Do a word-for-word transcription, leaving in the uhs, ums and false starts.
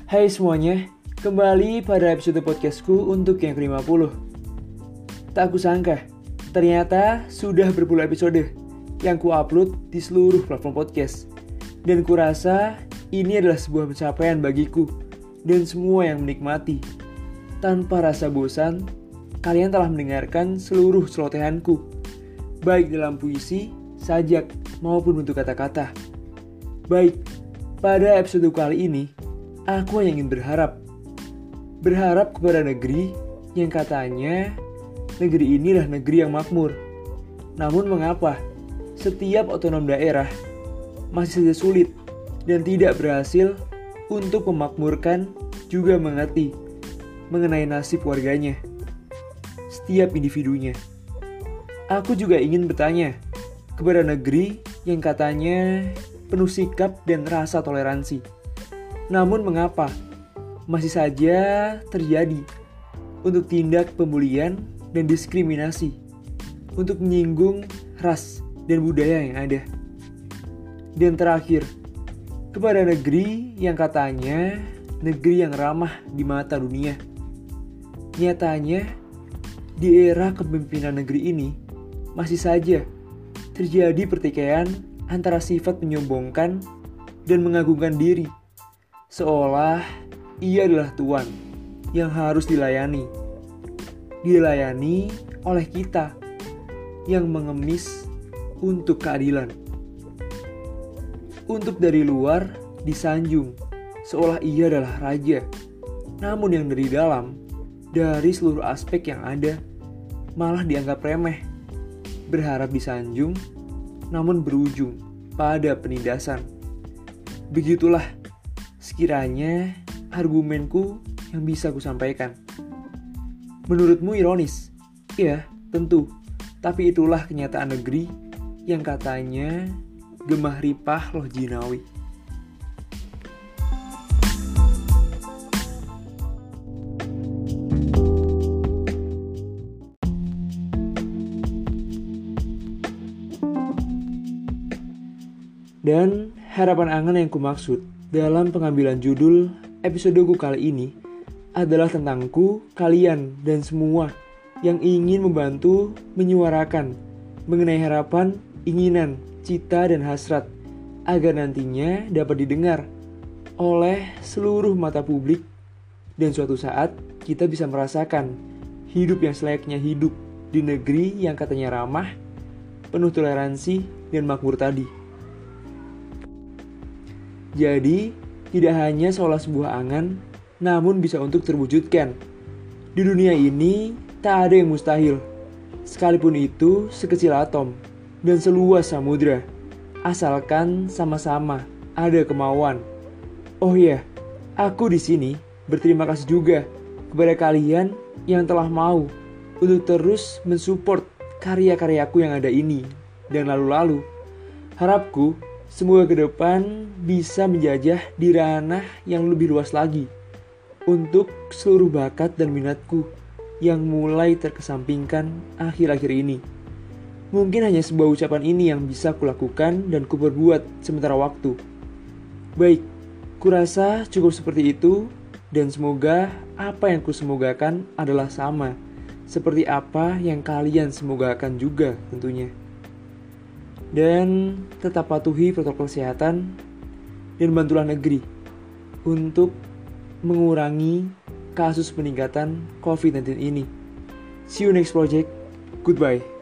Hai semuanya, kembali pada episode podcastku untuk yang ke lima puluh. Tak kusangka, ternyata sudah berpuluh episode yang ku upload di seluruh platform podcast. Dan kurasa ini adalah sebuah pencapaian bagiku dan semua yang menikmati. Tanpa rasa bosan, kalian telah mendengarkan seluruh celotehanku, baik dalam puisi, sajak, maupun bentuk kata-kata. Baik, pada episode kali ini, aku hanya ingin berharap. Berharap kepada negeri yang katanya negeri ini adalah negeri yang makmur. Namun mengapa setiap otonom daerah masih saja sulit dan tidak berhasil untuk memakmurkan juga mengerti mengenai nasib warganya, setiap individunya. Aku juga ingin bertanya kepada negeri yang katanya penuh sikap dan rasa toleransi. Namun mengapa masih saja terjadi untuk tindak pembulian dan diskriminasi untuk menyinggung ras dan budaya yang ada. Dan terakhir, kepada negeri yang katanya negeri yang ramah di mata dunia. Nyatanya, di era kepemimpinan negeri ini masih saja terjadi pertikaian antara sifat menyombongkan dan mengagungkan diri, seolah ia adalah tuan yang harus dilayani. Dilayani oleh kita yang mengemis untuk keadilan. Untuk dari luar disanjung seolah ia adalah raja. Namun yang dari dalam, dari seluruh aspek yang ada, malah dianggap remeh. Berharap disanjung, namun berujung pada penindasan. Begitulah sekiranya argumenku yang bisa kusampaikan. Menurutmu ironis? Iya, tentu. Tapi itulah kenyataan negeri yang katanya gemah ripah loh jinawi. Dan harapan angan yang kumaksud dalam pengambilan judul episodeku kali ini adalah tentangku, kalian, dan semua yang ingin membantu menyuarakan mengenai harapan, inginan, cita, dan hasrat agar nantinya dapat didengar oleh seluruh mata publik dan suatu saat kita bisa merasakan hidup yang selayaknya hidup di negeri yang katanya ramah, penuh toleransi, dan makmur tadi. Jadi, tidak hanya seolah sebuah angan, namun bisa untuk terwujudkan. Di dunia ini, tak ada yang mustahil. Sekalipun itu sekecil atom dan seluas samudra. Asalkan sama-sama ada kemauan. Oh iya, aku di sini berterima kasih juga kepada kalian yang telah mau untuk terus mensupport karya-karyaku yang ada ini dan lalu-lalu. Harapku semoga ke depan bisa menjajah di ranah yang lebih luas lagi untuk seluruh bakat dan minatku yang mulai terkesampingkan akhir-akhir ini. Mungkin hanya sebuah ucapan ini yang bisa kulakukan dan kuperbuat sementara waktu. Baik, kurasa cukup seperti itu dan semoga apa yang kusemogakan adalah sama seperti apa yang kalian semogakan juga tentunya. Dan tetap patuhi protokol kesehatan dan bantulah negeri untuk mengurangi kasus peningkatan covid sembilan belas ini. See you next project. Goodbye.